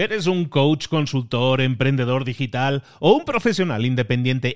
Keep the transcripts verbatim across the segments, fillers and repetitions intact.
¿Eres un coach, consultor, emprendedor digital o un profesional independiente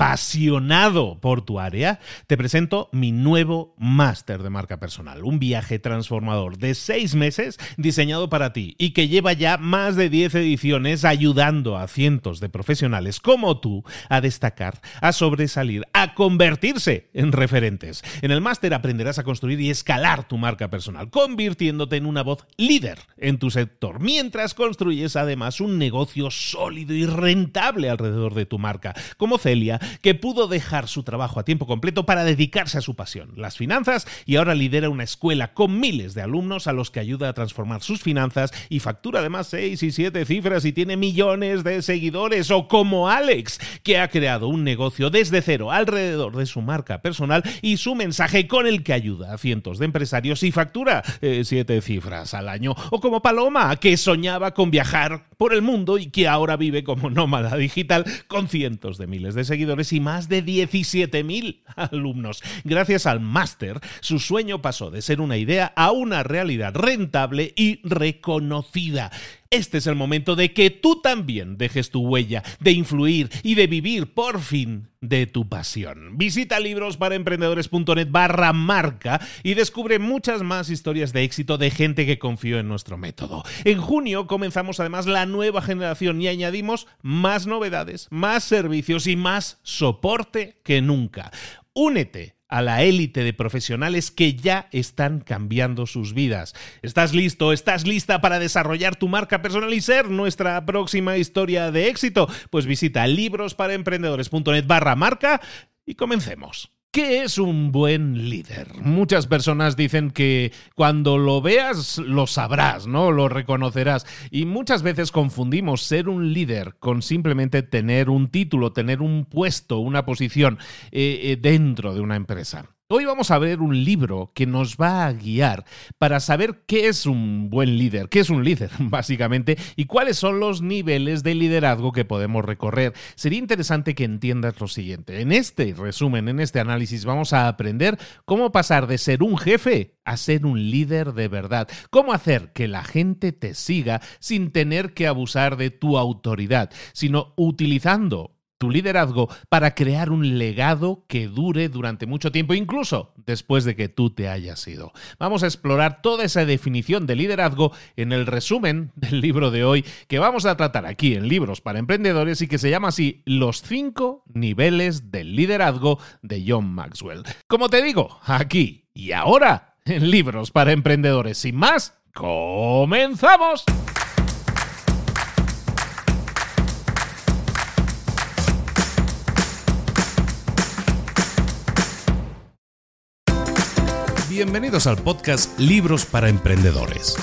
apasionado por tu área? Te presento mi nuevo máster de marca personal, un viaje transformador de seis meses diseñado para ti y que lleva ya más de diez ediciones ayudando a cientos de profesionales como tú a destacar, a sobresalir, a convertirse en referentes. En el máster aprenderás a construir y escalar tu marca personal, convirtiéndote en una voz líder en tu sector, mientras construyes es además un negocio sólido y rentable alrededor de tu marca, como Celia, que pudo dejar su trabajo a tiempo completo para dedicarse a su pasión, las finanzas, y ahora lidera una escuela con miles de alumnos a los que ayuda a transformar sus finanzas y factura además seis y siete cifras y tiene millones de seguidores. O como Alex, que ha creado un negocio desde cero alrededor de su marca personal y su mensaje, con el que ayuda a cientos de empresarios y factura eh, siete cifras al año. O como Paloma, que soñaba con viajar por el mundo y que ahora vive como nómada digital con cientos de miles de seguidores y más de diecisiete mil alumnos. Gracias al máster, su sueño pasó de ser una idea a una realidad rentable y reconocida. Este es el momento de que tú también dejes tu huella, de influir y de vivir por fin de tu pasión. Visita librosparaemprendedores.net barra marca y descubre muchas más historias de éxito de gente que confió en nuestro método. En junio comenzamos además la nueva generación y añadimos más novedades, más servicios y más soporte que nunca. Únete a la élite de profesionales que ya están cambiando sus vidas. ¿Estás listo? ¿Estás lista para desarrollar tu marca personal y ser nuestra próxima historia de éxito? Pues visita librosparaemprendedores.net barra marca y comencemos. ¿Qué es un buen líder? Muchas personas dicen que cuando lo veas lo sabrás, ¿no? Lo reconocerás. Y muchas veces confundimos ser un líder con simplemente tener un título, tener un puesto, una posición eh, eh, dentro de una empresa. Hoy vamos a ver un libro que nos va a guiar para saber qué es un buen líder, qué es un líder, básicamente, y cuáles son los niveles de liderazgo que podemos recorrer. Sería interesante que entiendas lo siguiente. En este resumen, en este análisis, vamos a aprender cómo pasar de ser un jefe a ser un líder de verdad. Cómo hacer que la gente te siga sin tener que abusar de tu autoridad, sino utilizando tu liderazgo para crear un legado que dure durante mucho tiempo, incluso después de que tú te hayas ido. Vamos a explorar toda esa definición de liderazgo en el resumen del libro de hoy que vamos a tratar aquí en Libros para Emprendedores y que se llama así: Los cinco niveles del liderazgo de John Maxwell. Como te digo, aquí y ahora en Libros para Emprendedores. Sin más, ¡comenzamos! Bienvenidos al podcast Libros para Emprendedores.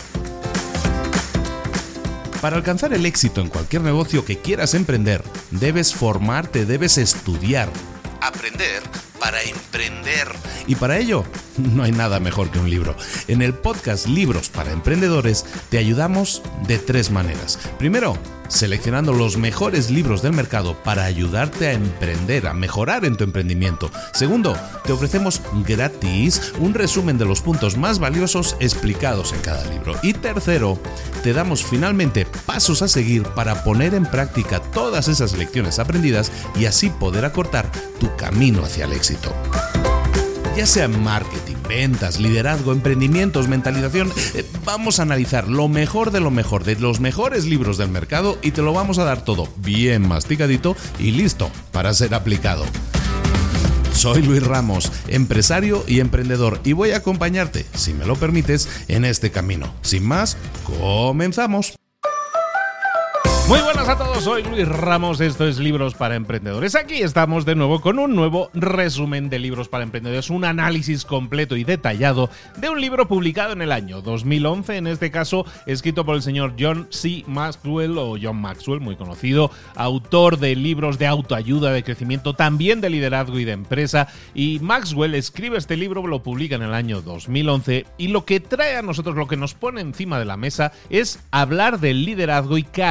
Para alcanzar el éxito en cualquier negocio que quieras emprender, debes formarte, debes estudiar, aprender para emprender. Y para ello, no hay nada mejor que un libro. En el podcast Libros para Emprendedores te ayudamos de tres maneras. Primero, seleccionando los mejores libros del mercado para ayudarte a emprender, a mejorar en tu emprendimiento. Segundo, te ofrecemos gratis un resumen de los puntos más valiosos explicados en cada libro. Y tercero, te damos finalmente pasos a seguir para poner en práctica todas esas lecciones aprendidas y así poder acortar tu camino hacia el éxito. Ya sea marketing, ventas, liderazgo, emprendimientos, mentalización, eh, vamos a analizar lo mejor de lo mejor, de los mejores libros del mercado y te lo vamos a dar todo bien masticadito y listo para ser aplicado. Soy Luis Ramos, empresario y emprendedor, y voy a acompañarte, si me lo permites, en este camino. Sin más, comenzamos. Muy buenas a todos, soy Luis Ramos, esto es Libros para Emprendedores. Aquí estamos de nuevo con un nuevo resumen de Libros para Emprendedores, un análisis completo y detallado de un libro publicado en el año dos mil once, en este caso escrito por el señor John C. Maxwell o John Maxwell, muy conocido, autor de libros de autoayuda, de crecimiento, también de liderazgo y de empresa. Y Maxwell escribe este libro, lo publica en el año dos mil once y lo que trae a nosotros, lo que nos pone encima de la mesa es hablar del liderazgo y categorizar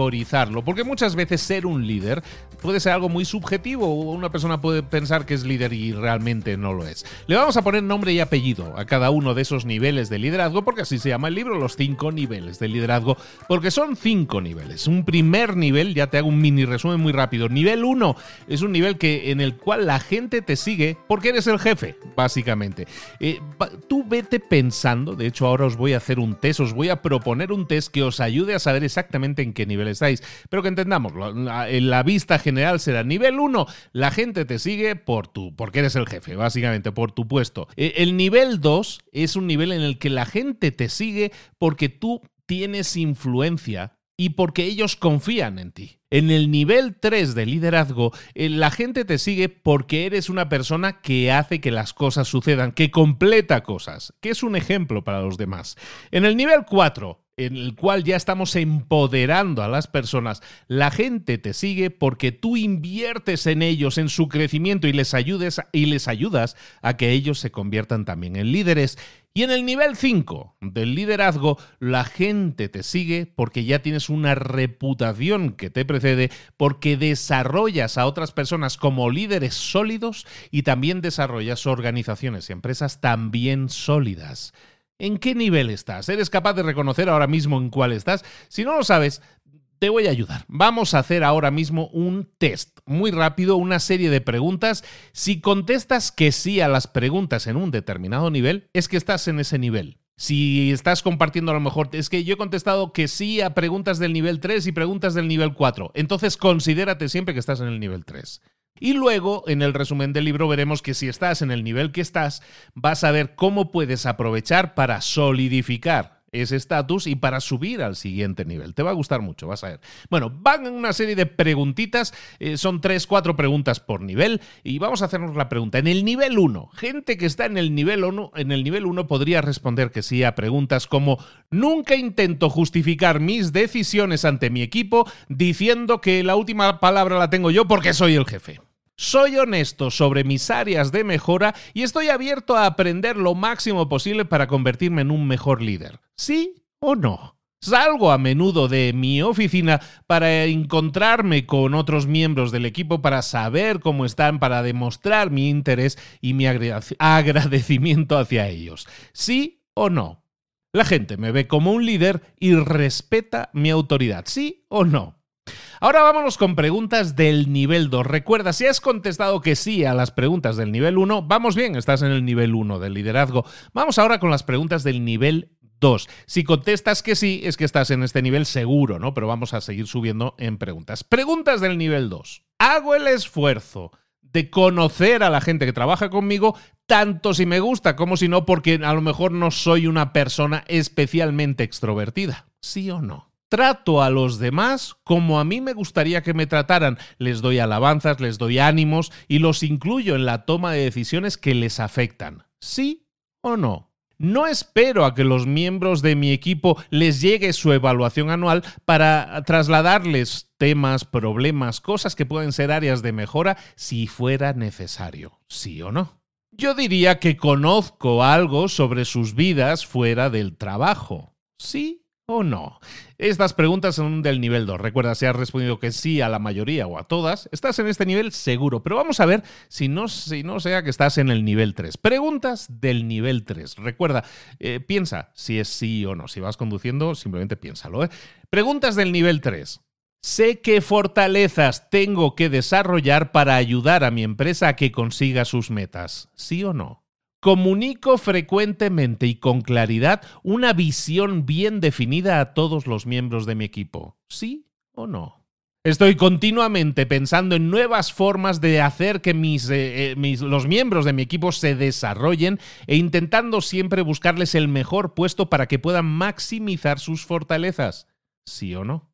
categorizarlo, porque muchas veces ser un líder puede ser algo muy subjetivo, o una persona puede pensar que es líder y realmente no lo es. Le vamos a poner nombre y apellido a cada uno de esos niveles de liderazgo, porque así se llama el libro, los cinco niveles de liderazgo, porque son cinco niveles. Un primer nivel, ya te hago un mini resumen muy rápido. Nivel uno es un nivel que, en el cual la gente te sigue porque eres el jefe, básicamente. Eh, tú vete pensando, de hecho ahora os voy a hacer un test, os voy a proponer un test que os ayude a saber exactamente en qué nivel estáis, pero que entendamos, en la vista general será nivel uno, la gente te sigue por tu, porque eres el jefe, básicamente, por tu puesto. El nivel dos es un nivel en el que la gente te sigue porque tú tienes influencia y porque ellos confían en ti. En el nivel tres de liderazgo, la gente te sigue porque eres una persona que hace que las cosas sucedan, que completa cosas, que es un ejemplo para los demás. En el nivel cuatro, en el cual ya estamos empoderando a las personas, la gente te sigue porque tú inviertes en ellos, en su crecimiento y les ayudes y les ayudas a que ellos se conviertan también en líderes. Y en el nivel cinco del liderazgo, la gente te sigue porque ya tienes una reputación que te precede, porque desarrollas a otras personas como líderes sólidos y también desarrollas organizaciones y empresas también sólidas. ¿En qué nivel estás? ¿Eres capaz de reconocer ahora mismo en cuál estás? Si no lo sabes, te voy a ayudar. Vamos a hacer ahora mismo un test muy rápido, una serie de preguntas. Si contestas que sí a las preguntas en un determinado nivel, es que estás en ese nivel. Si estás compartiendo a lo mejor, es que yo he contestado que sí a preguntas del nivel tres y preguntas del nivel cuatro, entonces considérate siempre que estás en el nivel tres. Y luego, en el resumen del libro, veremos que si estás en el nivel que estás, vas a ver cómo puedes aprovechar para solidificar ese estatus y para subir al siguiente nivel. Te va a gustar mucho, vas a ver. Bueno, van una serie de preguntitas, eh, son tres, cuatro preguntas por nivel, y vamos a hacernos la pregunta. En el nivel uno, gente que está en el nivel uno, en el nivel uno podría responder que sí a preguntas como: nunca intento justificar mis decisiones ante mi equipo diciendo que la última palabra la tengo yo porque soy el jefe. Soy honesto sobre mis áreas de mejora y estoy abierto a aprender lo máximo posible para convertirme en un mejor líder. ¿Sí o no? Salgo a menudo de mi oficina para encontrarme con otros miembros del equipo para saber cómo están, para demostrar mi interés y mi agradecimiento hacia ellos. ¿Sí o no? La gente me ve como un líder y respeta mi autoridad. ¿Sí o no? Ahora vámonos con preguntas del nivel dos. Recuerda, si has contestado que sí a las preguntas del nivel uno, vamos bien, estás en el nivel uno del liderazgo. Vamos ahora con las preguntas del nivel dos. Si contestas que sí, es que estás en este nivel seguro, ¿no? Pero vamos a seguir subiendo en preguntas. Preguntas del nivel dos. Hago el esfuerzo de conocer a la gente que trabaja conmigo, tanto si me gusta como si no, porque a lo mejor no soy una persona especialmente extrovertida. ¿Sí o no? Trato a los demás como a mí me gustaría que me trataran. Les doy alabanzas, les doy ánimos y los incluyo en la toma de decisiones que les afectan. ¿Sí o no? No espero a que los miembros de mi equipo les llegue su evaluación anual para trasladarles temas, problemas, cosas que pueden ser áreas de mejora si fuera necesario. ¿Sí o no? Yo diría que conozco algo sobre sus vidas fuera del trabajo. ¿Sí o no? Estas preguntas son del nivel dos. Recuerda, si has respondido que sí a la mayoría o a todas, estás en este nivel seguro. Pero vamos a ver si no, si no sea que estás en el nivel tres. Preguntas del nivel tres. Recuerda, eh, piensa si es sí o no. Si vas conduciendo, simplemente piénsalo, ¿eh? Preguntas del nivel tres. Sé qué fortalezas tengo que desarrollar para ayudar a mi empresa a que consiga sus metas. ¿Sí o no? Comunico frecuentemente y con claridad una visión bien definida a todos los miembros de mi equipo. ¿Sí o no? Estoy continuamente pensando en nuevas formas de hacer que mis, eh, mis, los miembros de mi equipo se desarrollen e intentando siempre buscarles el mejor puesto para que puedan maximizar sus fortalezas. ¿Sí o no?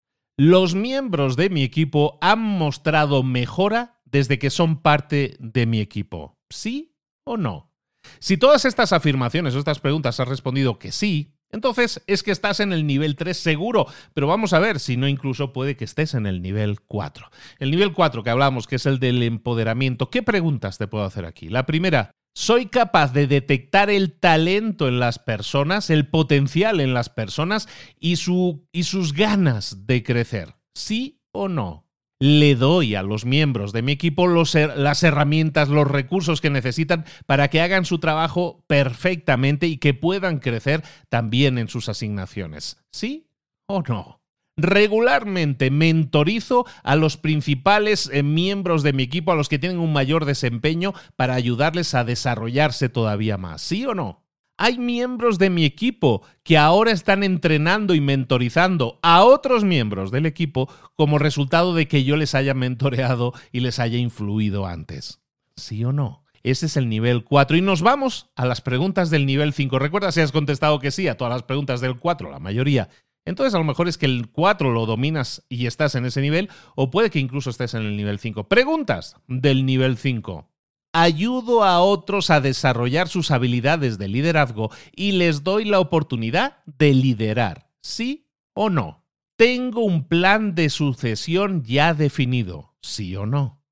Los miembros de mi equipo han mostrado mejora desde que son parte de mi equipo. ¿Sí o no? Si todas estas afirmaciones o estas preguntas has respondido que sí, entonces es que estás en el nivel tres seguro, pero vamos a ver si no incluso puede que estés en el nivel cuatro. El nivel cuatro que hablamos, que es el del empoderamiento, ¿qué preguntas te puedo hacer aquí? La primera, ¿Soy capaz de detectar el talento en las personas, el potencial en las personas y, su, y sus ganas de crecer? ¿Sí o no? ¿Le doy a los miembros de mi equipo los, las herramientas, los recursos que necesitan para que hagan su trabajo perfectamente y que puedan crecer también en sus asignaciones? ¿Sí o no? Regularmente mentorizo a los principales eh, miembros de mi equipo, a los que tienen un mayor desempeño, para ayudarles a desarrollarse todavía más. ¿Sí o no? Hay miembros de mi equipo que ahora están entrenando y mentorizando a otros miembros del equipo como resultado de que yo les haya mentoreado y les haya influido antes. ¿Sí o no? Ese es el nivel cuatro. Y nos vamos a las preguntas del nivel cinco. Recuerda si has contestado que sí a todas las preguntas del cuatro, la mayoría. Entonces a lo mejor es que el cuatro lo dominas y estás en ese nivel, o puede que incluso estés en el nivel cinco. Preguntas del nivel cinco. Ayudo a otros a desarrollar sus habilidades de liderazgo y les doy la oportunidad de liderar. ¿Sí o no? Tengo un plan de sucesión ya definido. ¿Sí o no?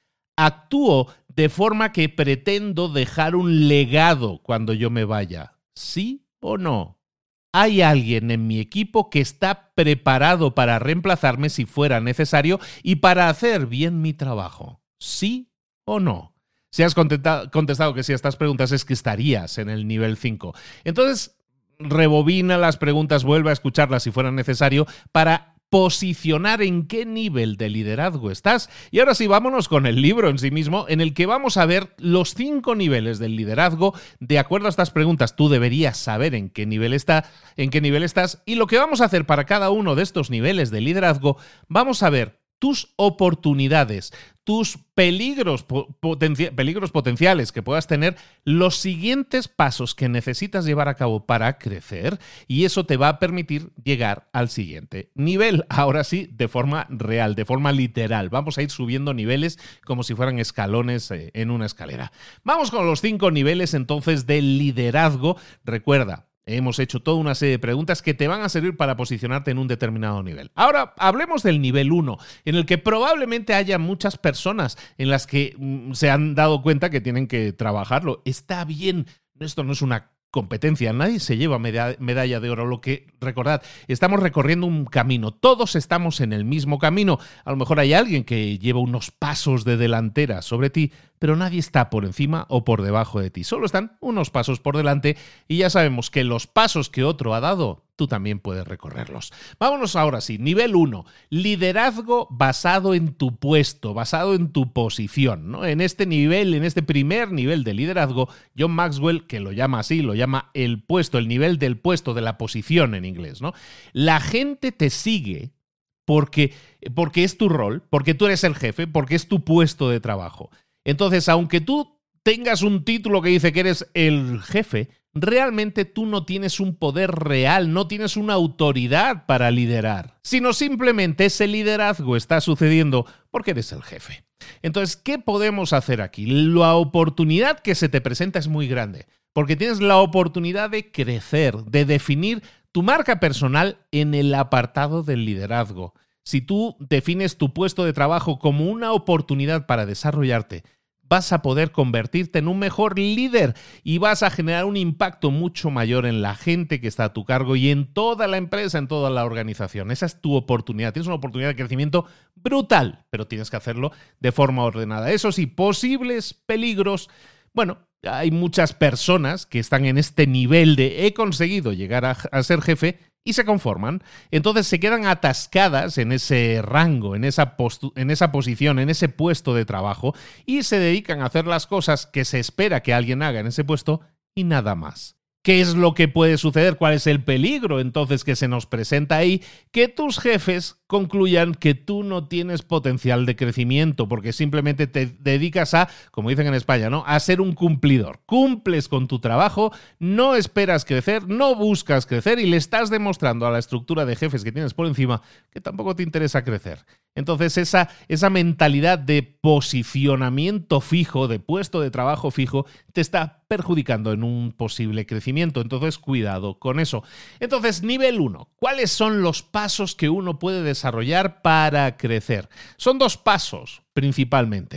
Actúo de forma que pretendo dejar un legado cuando yo me vaya. ¿Sí o no? ¿Hay alguien en mi equipo que está preparado para reemplazarme si fuera necesario y para hacer bien mi trabajo? ¿Sí o no? Si has contestado que sí a estas preguntas, es que estarías en el nivel cinco. Entonces, rebobina las preguntas, vuelve a escucharlas si fuera necesario para posicionar en qué nivel de liderazgo estás. Y ahora sí, vámonos con el libro en sí mismo, en el que vamos a ver los cinco niveles del liderazgo. De acuerdo a estas preguntas, tú deberías saber en qué nivel está, en qué nivel estás. Y lo que vamos a hacer para cada uno de estos niveles de liderazgo, vamos a ver tus oportunidades, tus peligros, potencia, peligros potenciales que puedas tener, los siguientes pasos que necesitas llevar a cabo para crecer, y eso te va a permitir llegar al siguiente nivel. Ahora sí, de forma real, de forma literal. Vamos a ir subiendo niveles como si fueran escalones eh, en una escalera. Vamos con los cinco niveles entonces del liderazgo. Recuerda, hemos hecho toda una serie de preguntas que te van a servir para posicionarte en un determinado nivel. Ahora, hablemos del nivel uno, en el que probablemente haya muchas personas en las que mm, se han dado cuenta que tienen que trabajarlo. Está bien, esto no es una competencia, nadie se lleva meda- medalla de oro. Lo que, recordad, estamos recorriendo un camino, todos estamos en el mismo camino. A lo mejor hay alguien que lleva unos pasos de delantera sobre ti, pero nadie está por encima o por debajo de ti. Solo están unos pasos por delante y ya sabemos que los pasos que otro ha dado, tú también puedes recorrerlos. Vámonos ahora sí, nivel uno, liderazgo basado en tu puesto, basado en tu posición, ¿no? En este nivel, en este primer nivel de liderazgo, John Maxwell, que lo llama así, lo llama el puesto, el nivel del puesto, de la posición en inglés, ¿no? La gente te sigue porque, porque es tu rol, porque tú eres el jefe, porque es tu puesto de trabajo. Entonces, aunque tú tengas un título que dice que eres el jefe, realmente tú no tienes un poder real, no tienes una autoridad para liderar, sino simplemente ese liderazgo está sucediendo porque eres el jefe. Entonces, ¿qué podemos hacer aquí? La oportunidad que se te presenta es muy grande, porque tienes la oportunidad de crecer, de definir tu marca personal en el apartado del liderazgo. Si tú defines tu puesto de trabajo como una oportunidad para desarrollarte, vas a poder convertirte en un mejor líder y vas a generar un impacto mucho mayor en la gente que está a tu cargo y en toda la empresa, en toda la organización. Esa es tu oportunidad. Tienes una oportunidad de crecimiento brutal, pero tienes que hacerlo de forma ordenada. Eso sí, posibles peligros. Bueno, hay muchas personas que están en este nivel de he conseguido llegar a, a ser jefe y se conforman. Entonces se quedan atascadas en ese rango, en esa, postu- en esa posición, en ese puesto de trabajo y se dedican a hacer las cosas que se espera que alguien haga en ese puesto y nada más. ¿Qué es lo que puede suceder? ¿Cuál es el peligro entonces que se nos presenta ahí? Que tus jefes concluyan que tú no tienes potencial de crecimiento porque simplemente te dedicas a, como dicen en España, ¿no?, a ser un cumplidor. Cumples con tu trabajo, no esperas crecer, no buscas crecer y le estás demostrando a la estructura de jefes que tienes por encima que tampoco te interesa crecer. Entonces esa, esa mentalidad de posicionamiento fijo, de puesto de trabajo fijo, te está perjudicando en un posible crecimiento. Entonces cuidado con eso. Entonces, nivel uno. ¿Cuáles son los pasos que uno puede desarrollar para crecer? Son dos pasos principalmente.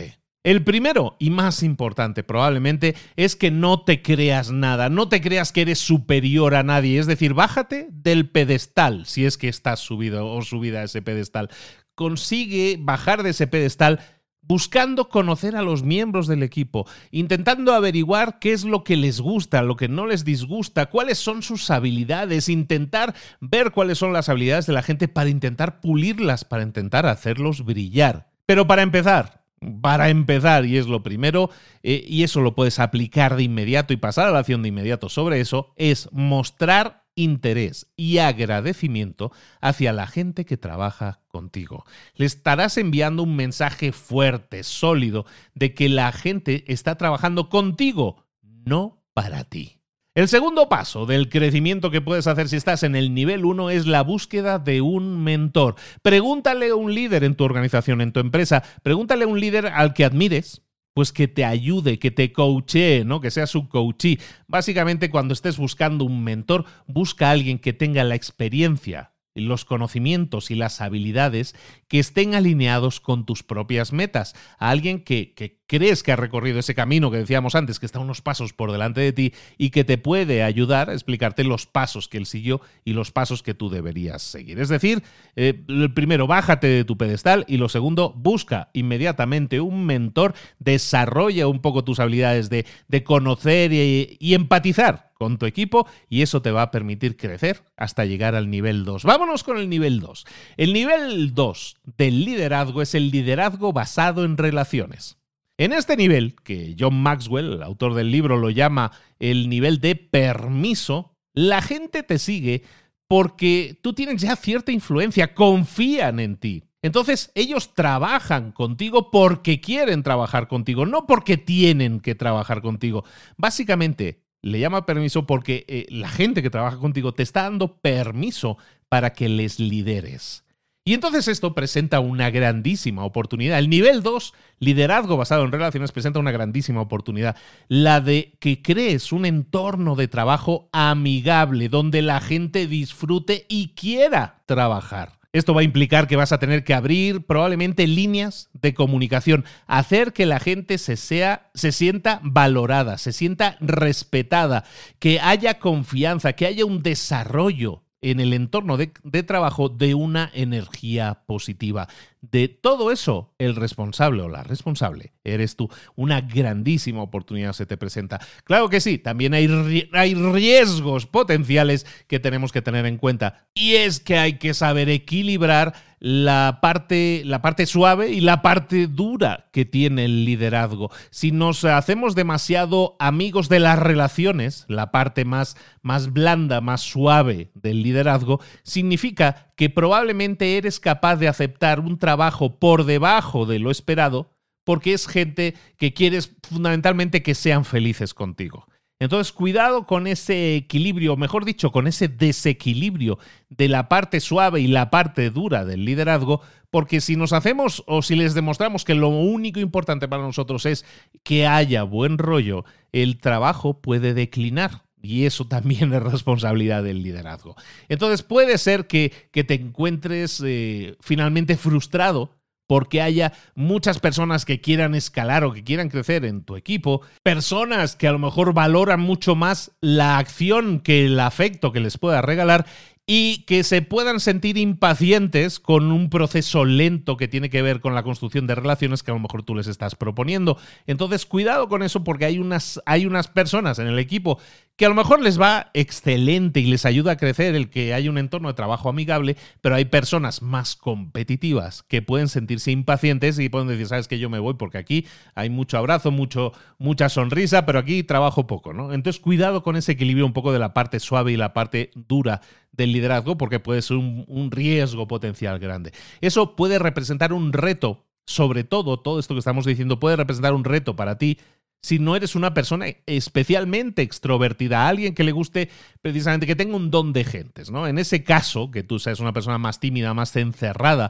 El primero y más importante probablemente es que no te creas nada, no te creas que eres superior a nadie, es decir, bájate del pedestal si es que estás subido o subida a ese pedestal. Consigue bajar de ese pedestal buscando conocer a los miembros del equipo, intentando averiguar qué es lo que les gusta, lo que no les disgusta, cuáles son sus habilidades, intentar ver cuáles son las habilidades de la gente para intentar pulirlas, para intentar hacerlos brillar. Pero para empezar, para empezar, y es lo primero, eh, y eso lo puedes aplicar de inmediato y pasar a la acción de inmediato sobre eso, es mostrar interés y agradecimiento hacia la gente que trabaja contigo. Le estarás enviando un mensaje fuerte, sólido, de que la gente está trabajando contigo, no para ti. El segundo paso del crecimiento que puedes hacer si estás en el nivel uno es la búsqueda de un mentor. Pregúntale a un líder en tu organización, en tu empresa, pregúntale a un líder al que admires, pues que te ayude, que te coachee, ¿no? Que sea su coachee. Básicamente, cuando estés buscando un mentor, busca a alguien que tenga la experiencia, los conocimientos y las habilidades que estén alineados con tus propias metas. A alguien que, que crees que ha recorrido ese camino que decíamos antes, que está unos pasos por delante de ti y que te puede ayudar a explicarte los pasos que él siguió y los pasos que tú deberías seguir. Es decir, eh, el primero, bájate de tu pedestal, y lo segundo, busca inmediatamente un mentor, desarrolla un poco tus habilidades de, de conocer y, y empatizar con tu equipo, y eso te va a permitir crecer hasta llegar al nivel dos. Vámonos con el nivel dos. El nivel dos del liderazgo es el liderazgo basado en relaciones. En este nivel, que John Maxwell, el autor del libro, lo llama el nivel de permiso, la gente te sigue porque tú tienes ya cierta influencia, confían en ti. Entonces, ellos trabajan contigo porque quieren trabajar contigo, no porque tienen que trabajar contigo. Básicamente, le llama permiso porque eh, la gente que trabaja contigo te está dando permiso para que les lideres. Y entonces esto presenta una grandísima oportunidad. El nivel dos, liderazgo basado en relaciones, presenta una grandísima oportunidad. La de que crees un entorno de trabajo amigable, donde la gente disfrute y quiera trabajar. Esto va a implicar que vas a tener que abrir probablemente líneas de comunicación, hacer que la gente se, sea, se sienta valorada, se sienta respetada, que haya confianza, que haya un desarrollo en el entorno de, de trabajo de una energía positiva. De todo eso, el responsable o la responsable eres tú. Una grandísima oportunidad se te presenta. Claro que sí, también hay, hay riesgos potenciales que tenemos que tener en cuenta. Y es que hay que saber equilibrar la parte, la parte suave y la parte dura que tiene el liderazgo. Si nos hacemos demasiado amigos de las relaciones, la parte más, más blanda, más suave del liderazgo, significa que probablemente eres capaz de aceptar un trabajo por debajo de lo esperado porque es gente que quieres fundamentalmente que sean felices contigo. Entonces, cuidado con ese equilibrio, mejor dicho, con ese desequilibrio de la parte suave y la parte dura del liderazgo, porque si nos hacemos o si les demostramos que lo único importante para nosotros es que haya buen rollo, el trabajo puede declinar. Y eso también es responsabilidad del liderazgo. Entonces puede ser que, que te encuentres eh, finalmente frustrado porque haya muchas personas que quieran escalar o que quieran crecer en tu equipo, personas que a lo mejor valoran mucho más la acción que el afecto que les pueda regalar y que se puedan sentir impacientes con un proceso lento que tiene que ver con la construcción de relaciones que a lo mejor tú les estás proponiendo. Entonces, cuidado con eso porque hay unas, hay unas personas en el equipo que a lo mejor les va excelente y les ayuda a crecer el que haya un entorno de trabajo amigable, pero hay personas más competitivas que pueden sentirse impacientes y pueden decir, sabes que yo me voy porque aquí hay mucho abrazo, mucho, mucha sonrisa, pero aquí trabajo poco, ¿no? Entonces, cuidado con ese equilibrio un poco de la parte suave y la parte dura del liderazgo porque puede ser un, un riesgo potencial grande. Eso puede representar un reto, sobre todo, todo esto que estamos diciendo puede representar un reto para ti si no eres una persona especialmente extrovertida, alguien que le guste precisamente, que tenga un don de gentes, ¿no? En ese caso, que tú seas una persona más tímida, más encerrada,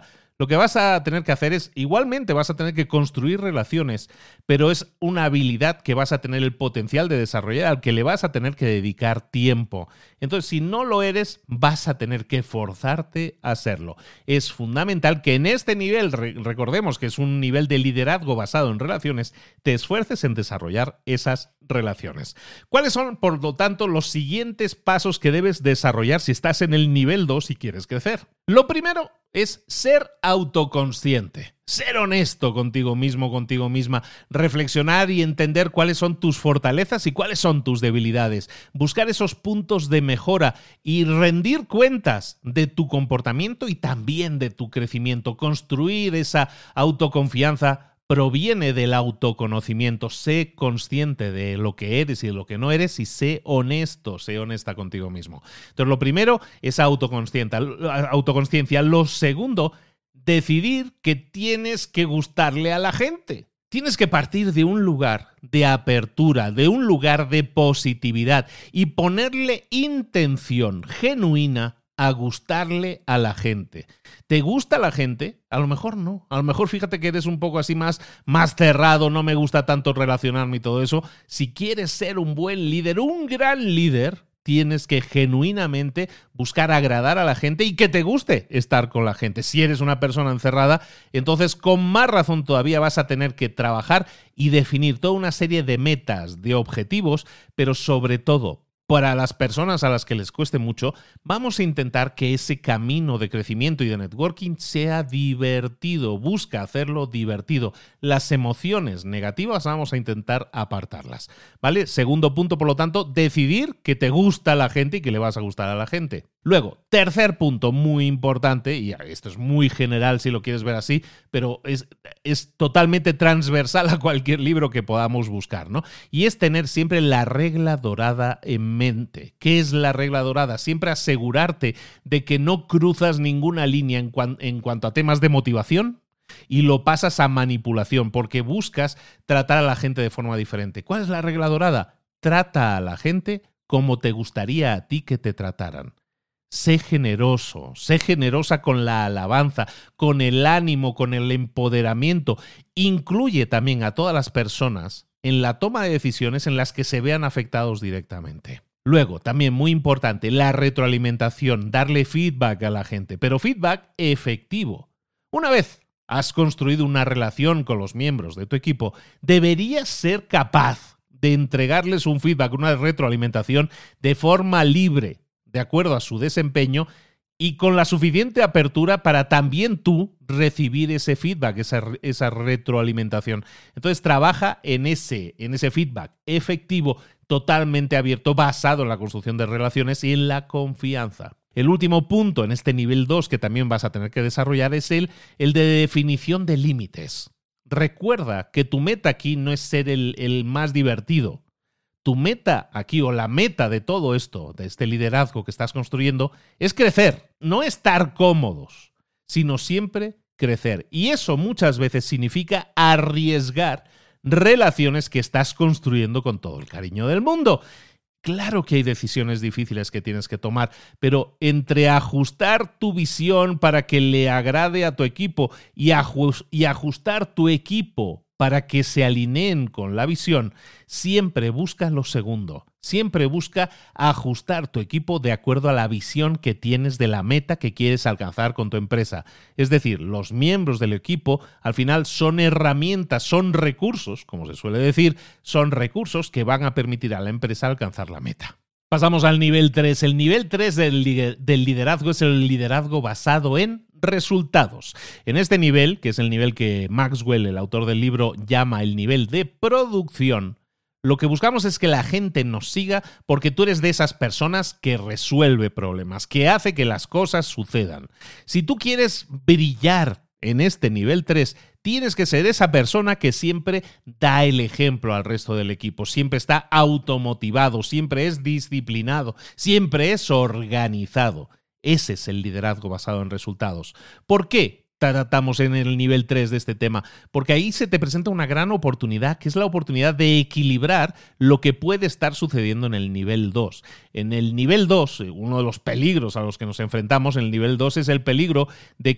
Lo que vas a tener que hacer es, igualmente vas a tener que construir relaciones, pero es una habilidad que vas a tener el potencial de desarrollar, al que le vas a tener que dedicar tiempo. Entonces, si no lo eres, vas a tener que forzarte a hacerlo. Es fundamental que en este nivel, re- recordemos que es un nivel de liderazgo basado en relaciones, te esfuerces en desarrollar esas relaciones. ¿Cuáles son, por lo tanto, los siguientes pasos que debes desarrollar si estás en el nivel dos y quieres crecer? Lo primero es ser autoconsciente, ser honesto contigo mismo, contigo misma, reflexionar y entender cuáles son tus fortalezas y cuáles son tus debilidades, buscar esos puntos de mejora y rendir cuentas de tu comportamiento y también de tu crecimiento, construir esa autoconfianza. Proviene del autoconocimiento. Sé consciente de lo que eres y de lo que no eres y sé honesto, sé honesta contigo mismo. Entonces, lo primero es autoconsciencia. autoconsciencia. Lo segundo, decidir que tienes que gustarle a la gente. Tienes que partir de un lugar de apertura, de un lugar de positividad y ponerle intención genuina a gustarle a la gente. ¿Te gusta la gente? A lo mejor no. A lo mejor fíjate que eres un poco así más, más cerrado, no me gusta tanto relacionarme y todo eso. Si quieres ser un buen líder, un gran líder, tienes que genuinamente buscar agradar a la gente y que te guste estar con la gente. Si eres una persona encerrada, entonces con más razón todavía vas a tener que trabajar y definir toda una serie de metas, de objetivos, pero sobre todo, para las personas a las que les cueste mucho, vamos a intentar que ese camino de crecimiento y de networking sea divertido. Busca hacerlo divertido. Las emociones negativas vamos a intentar apartarlas, ¿vale? Segundo punto, por lo tanto, decidir que te gusta la gente y que le vas a gustar a la gente. Luego, tercer punto muy importante, y esto es muy general si lo quieres ver así, pero es, es totalmente transversal a cualquier libro que podamos buscar, ¿no? Y es tener siempre la regla dorada en mente. ¿Qué es la regla dorada? Siempre asegurarte de que no cruzas ninguna línea en, cuan, en cuanto a temas de motivación y lo pasas a manipulación, porque buscas tratar a la gente de forma diferente. ¿Cuál es la regla dorada? Trata a la gente como te gustaría a ti que te trataran. Sé generoso, sé generosa con la alabanza, con el ánimo, con el empoderamiento. Incluye también a todas las personas en la toma de decisiones en las que se vean afectados directamente. Luego, también muy importante, la retroalimentación, darle feedback a la gente, pero feedback efectivo. Una vez has construido una relación con los miembros de tu equipo, deberías ser capaz de entregarles un feedback, una retroalimentación de forma libre, de acuerdo a su desempeño y con la suficiente apertura para también tú recibir ese feedback, esa, esa retroalimentación. Entonces trabaja en ese, en ese feedback efectivo, totalmente abierto, basado en la construcción de relaciones y en la confianza. El último punto en este nivel dos que también vas a tener que desarrollar es el, el de definición de límites. Recuerda que tu meta aquí no es ser el, el más divertido. Tu meta aquí, o la meta de todo esto, de este liderazgo que estás construyendo, es crecer, no estar cómodos, sino siempre crecer. Y eso muchas veces significa arriesgar relaciones que estás construyendo con todo el cariño del mundo. Claro que hay decisiones difíciles que tienes que tomar, pero entre ajustar tu visión para que le agrade a tu equipo y, ajust- y ajustar tu equipo para que se alineen con la visión, siempre busca lo segundo. Siempre busca ajustar tu equipo de acuerdo a la visión que tienes de la meta que quieres alcanzar con tu empresa. Es decir, los miembros del equipo al final son herramientas, son recursos, como se suele decir, son recursos que van a permitir a la empresa alcanzar la meta. Pasamos al nivel tres. El nivel tres del liderazgo es el liderazgo basado en resultados. En este nivel, que es el nivel que Maxwell, el autor del libro, llama el nivel de producción, lo que buscamos es que la gente nos siga porque tú eres de esas personas que resuelve problemas, que hace que las cosas sucedan. Si tú quieres brillar en este nivel tres, tienes que ser esa persona que siempre da el ejemplo al resto del equipo, siempre está automotivado, siempre es disciplinado, siempre es organizado. Ese es el liderazgo basado en resultados. ¿Por qué tratamos en el nivel tres de este tema? Porque ahí se te presenta una gran oportunidad, que es la oportunidad de equilibrar lo que puede estar sucediendo en el nivel dos. En el nivel dos, uno de los peligros a los que nos enfrentamos en el nivel dos es el peligro de que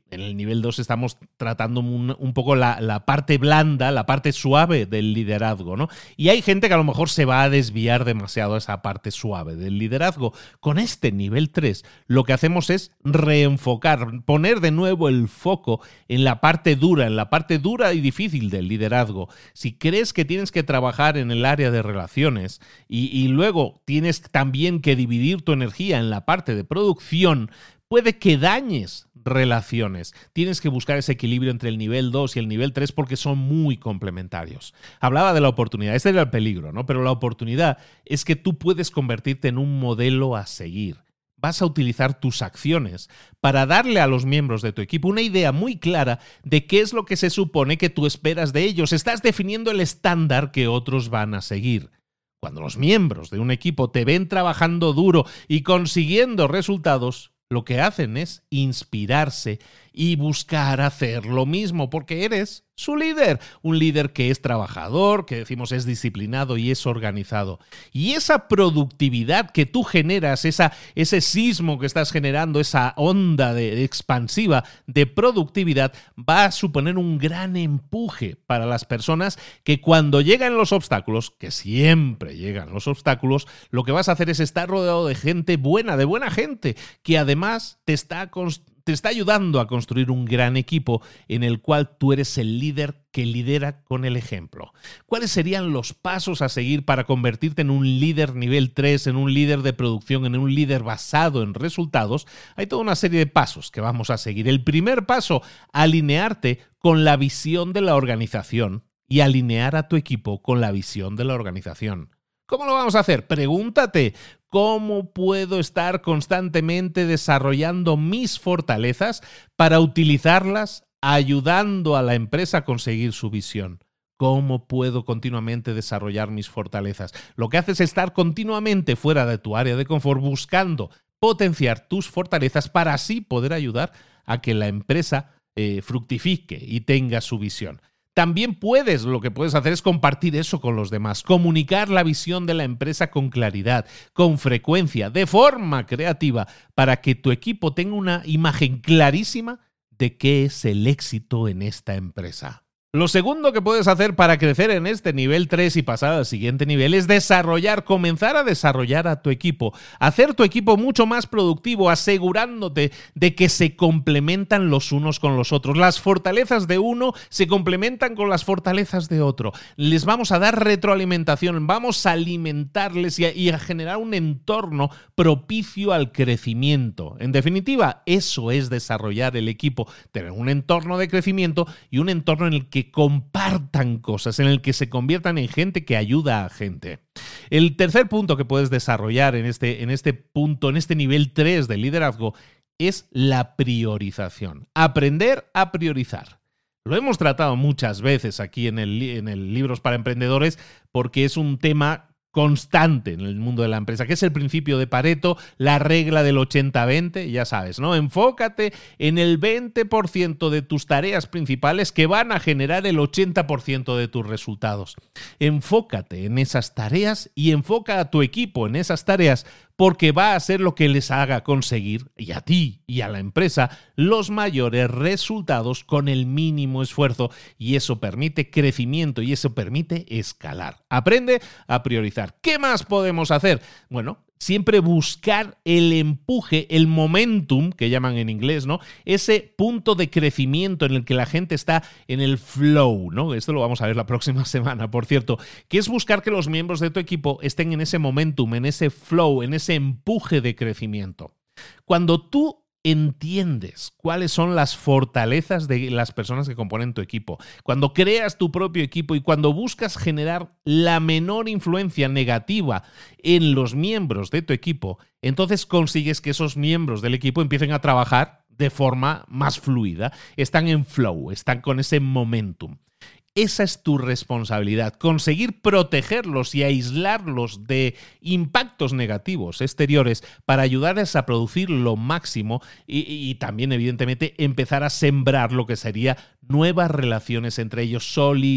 En el nivel dos estamos tratando un, un poco la, la parte blanda, la parte suave del liderazgo, ¿no? Y hay gente que a lo mejor se va a desviar demasiado a esa parte suave del liderazgo. Con este nivel tres lo que hacemos es reenfocar, poner de nuevo el foco en la parte dura, en la parte dura y difícil del liderazgo. Si crees que tienes que trabajar en el área de relaciones y, y luego tienes también que dividir tu energía en la parte de producción, puede que dañes relaciones. Tienes que buscar ese equilibrio entre el nivel dos y el nivel tres porque son muy complementarios. Hablaba de la oportunidad, este era el peligro, ¿no? Pero la oportunidad es que tú puedes convertirte en un modelo a seguir. Vas a utilizar tus acciones para darle a los miembros de tu equipo una idea muy clara de qué es lo que se supone que tú esperas de ellos. Estás definiendo el estándar que otros van a seguir. Cuando los miembros de un equipo te ven trabajando duro y consiguiendo resultados, lo que hacen es inspirarse y buscar hacer lo mismo porque eres su líder, un líder que es trabajador, que decimos es disciplinado y es organizado. Y esa productividad que tú generas, esa, ese sismo que estás generando, esa onda de, de expansiva de productividad, va a suponer un gran empuje para las personas que cuando llegan los obstáculos, que siempre llegan los obstáculos, lo que vas a hacer es estar rodeado de gente buena, de buena gente, que además te está construyendo, te está ayudando a construir un gran equipo en el cual tú eres el líder que lidera con el ejemplo. ¿Cuáles serían los pasos a seguir para convertirte en un líder nivel tres, en un líder de producción, en un líder basado en resultados? Hay toda una serie de pasos que vamos a seguir. El primer paso, alinearte con la visión de la organización y alinear a tu equipo con la visión de la organización. ¿Cómo lo vamos a hacer? Pregúntate, ¿cómo puedo estar constantemente desarrollando mis fortalezas para utilizarlas ayudando a la empresa a conseguir su visión? ¿Cómo puedo continuamente desarrollar mis fortalezas? Lo que haces es estar continuamente fuera de tu área de confort buscando potenciar tus fortalezas para así poder ayudar a que la empresa eh, fructifique y tenga su visión. También puedes, lo que puedes hacer es compartir eso con los demás, comunicar la visión de la empresa con claridad, con frecuencia, de forma creativa, para que tu equipo tenga una imagen clarísima de qué es el éxito en esta empresa. Lo segundo que puedes hacer para crecer en este nivel tres y pasar al siguiente nivel es desarrollar, comenzar a desarrollar a tu equipo, hacer tu equipo mucho más productivo, asegurándote de que se complementan los unos con los otros. Las fortalezas de uno se complementan con las fortalezas de otro. Les vamos a dar retroalimentación, vamos a alimentarles y a, y a generar un entorno propicio al crecimiento. En definitiva, eso es desarrollar el equipo, tener un entorno de crecimiento y un entorno en el que compartan cosas, en el que se conviertan en gente que ayuda a gente. El tercer punto que puedes desarrollar en este, en este punto, en este nivel tres del liderazgo, es la priorización. Aprender a priorizar. Lo hemos tratado muchas veces aquí en el, en el Libros para Emprendedores porque es un tema constante en el mundo de la empresa, que es el principio de Pareto, la regla del ochenta veinte, ya sabes, ¿no? Enfócate en el veinte por ciento de tus tareas principales que van a generar el ochenta por ciento de tus resultados. Enfócate en esas tareas y enfoca a tu equipo en esas tareas porque va a ser lo que les haga conseguir, y a ti y a la empresa, los mayores resultados con el mínimo esfuerzo, y eso permite crecimiento y eso permite escalar. Aprende a priorizar. ¿Qué más podemos hacer? Bueno, siempre buscar el empuje, el momentum, que llaman en inglés, ¿no? Ese punto de crecimiento en el que la gente está en el flow, ¿no? Esto lo vamos a ver la próxima semana, por cierto, que es buscar que los miembros de tu equipo estén en ese momentum, en ese flow, en ese empuje de crecimiento. Cuando tú entiendes cuáles son las fortalezas de las personas que componen tu equipo, cuando creas tu propio equipo y cuando buscas generar la menor influencia negativa en los miembros de tu equipo, entonces consigues que esos miembros del equipo empiecen a trabajar de forma más fluida, están en flow, están con ese momentum. Esa es tu responsabilidad, conseguir protegerlos y aislarlos de impactos negativos exteriores para ayudarles a producir lo máximo y, y también, evidentemente, empezar a sembrar lo que sería nuevas relaciones entre ellos,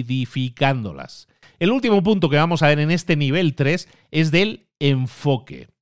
solidificándolas. El último punto que vamos a ver en este nivel tres es del enfoque.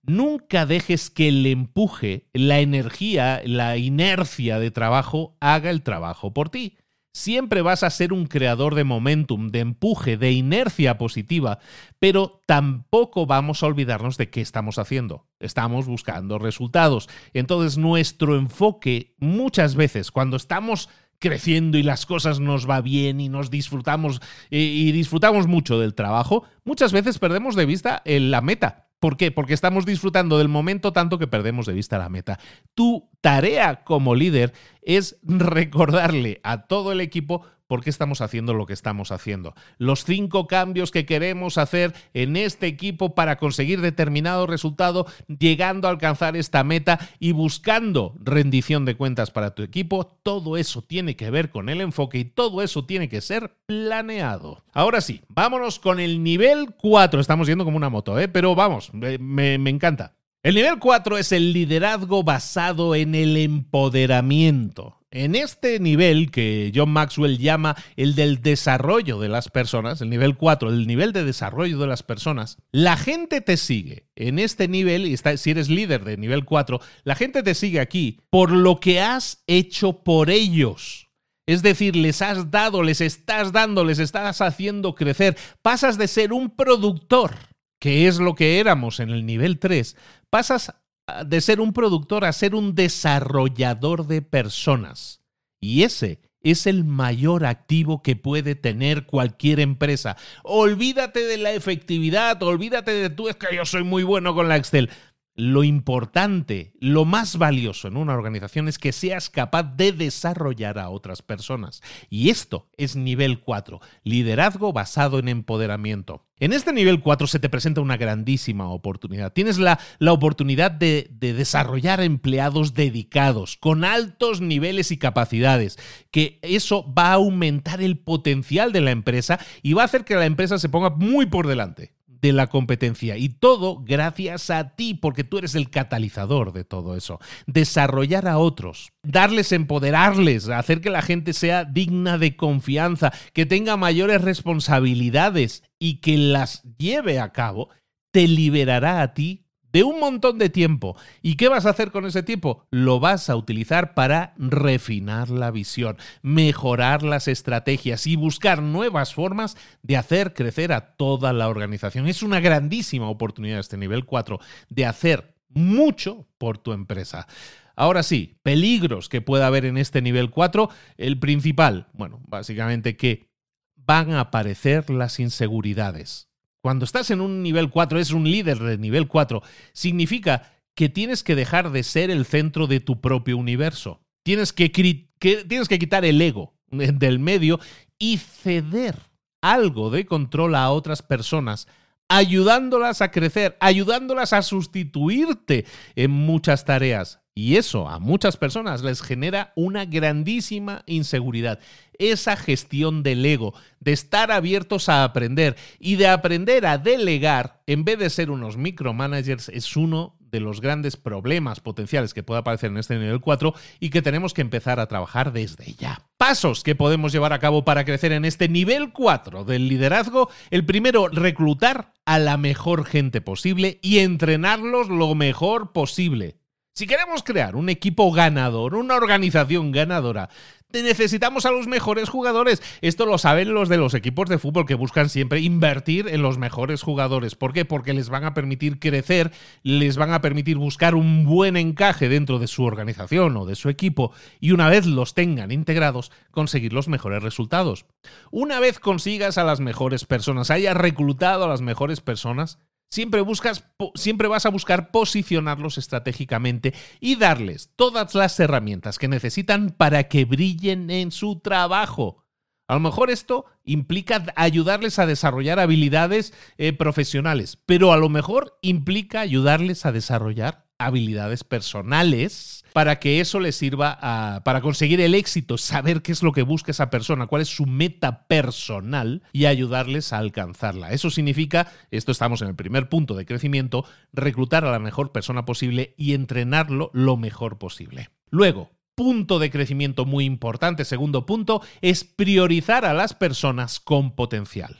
Nunca dejes que el empuje, la energía, la inercia de trabajo haga el trabajo por ti. Siempre vas a ser un creador de momentum, de empuje, de inercia positiva, pero tampoco vamos a olvidarnos de qué estamos haciendo. Estamos buscando resultados. Entonces, nuestro enfoque muchas veces, cuando estamos creciendo y las cosas nos va bien y nos disfrutamos y, y disfrutamos mucho del trabajo, muchas veces perdemos de vista la meta. ¿Por qué? Porque estamos disfrutando del momento tanto que perdemos de vista la meta. Tu tarea como líder es recordarle a todo el equipo por qué estamos haciendo lo que estamos haciendo. Los cinco cambios que queremos hacer en este equipo para conseguir determinado resultado, llegando a alcanzar esta meta y buscando rendición de cuentas para tu equipo, todo eso tiene que ver con el enfoque y todo eso tiene que ser planeado. Ahora sí, vámonos con el nivel cuatro. Estamos yendo como una moto, ¿eh? Pero vamos, me, me, me encanta. El nivel cuatro es el liderazgo basado en el empoderamiento. En este nivel que John Maxwell llama el del desarrollo de las personas, el nivel cuatro, el nivel de desarrollo de las personas, la gente te sigue en este nivel, y está, si eres líder de nivel cuatro, la gente te sigue aquí por lo que has hecho por ellos. Es decir, les has dado, les estás dando, les estás haciendo crecer. Pasas de ser un productor, que es lo que éramos en el nivel tres, pasas de ser un productor a ser un desarrollador de personas. Y ese es el mayor activo que puede tener cualquier empresa. Olvídate de la efectividad, olvídate de tú, es que yo soy muy bueno con la Excel. Lo importante, lo más valioso en una organización es que seas capaz de desarrollar a otras personas. Y esto es nivel cuatro, liderazgo basado en empoderamiento. En este nivel cuatro se te presenta una grandísima oportunidad. Tienes la, la oportunidad de, de desarrollar empleados dedicados, con altos niveles y capacidades, que eso va a aumentar el potencial de la empresa y va a hacer que la empresa se ponga muy por delante de la competencia, y todo gracias a ti, porque tú eres el catalizador de todo eso. Desarrollar a otros, darles, empoderarles, hacer que la gente sea digna de confianza, que tenga mayores responsabilidades y que las lleve a cabo, te liberará a ti de un montón de tiempo. ¿Y qué vas a hacer con ese tiempo? Lo vas a utilizar para refinar la visión, mejorar las estrategias y buscar nuevas formas de hacer crecer a toda la organización. Es una grandísima oportunidad este nivel cuatro de hacer mucho por tu empresa. Ahora sí, peligros que pueda haber en este nivel cuatro. El principal, bueno, básicamente que van a aparecer las inseguridades. Cuando estás en un nivel cuatro, es un líder de nivel cuatro, significa que tienes que dejar de ser el centro de tu propio universo. Tienes que, que, tienes que quitar el ego del medio y ceder algo de control a otras personas, ayudándolas a crecer, ayudándolas a sustituirte en muchas tareas. Y eso a muchas personas les genera una grandísima inseguridad. Esa gestión del ego, de estar abiertos a aprender y de aprender a delegar en vez de ser unos micromanagers, es uno de los grandes problemas potenciales que puede aparecer en este nivel cuatro y que tenemos que empezar a trabajar desde ya. Pasos que podemos llevar a cabo para crecer en este nivel cuatro del liderazgo. El primero, reclutar a la mejor gente posible y entrenarlos lo mejor posible. Si queremos crear un equipo ganador, una organización ganadora, necesitamos a los mejores jugadores. Esto lo saben los de los equipos de fútbol, que buscan siempre invertir en los mejores jugadores. ¿Por qué? Porque les van a permitir crecer, les van a permitir buscar un buen encaje dentro de su organización o de su equipo y una vez los tengan integrados, conseguir los mejores resultados. Una vez consigas a las mejores personas, hayas reclutado a las mejores personas, Siempre, buscas, siempre vas a buscar posicionarlos estratégicamente y darles todas las herramientas que necesitan para que brillen en su trabajo. A lo mejor esto implica ayudarles a desarrollar habilidades eh, profesionales, pero a lo mejor implica ayudarles a desarrollar habilidades personales para que eso les sirva a, para conseguir el éxito, saber qué es lo que busca esa persona, cuál es su meta personal y ayudarles a alcanzarla. Eso significa, esto estamos en el primer punto de crecimiento, reclutar a la mejor persona posible y entrenarlo lo mejor posible. Luego, punto de crecimiento muy importante, segundo punto, es priorizar a las personas con potencial.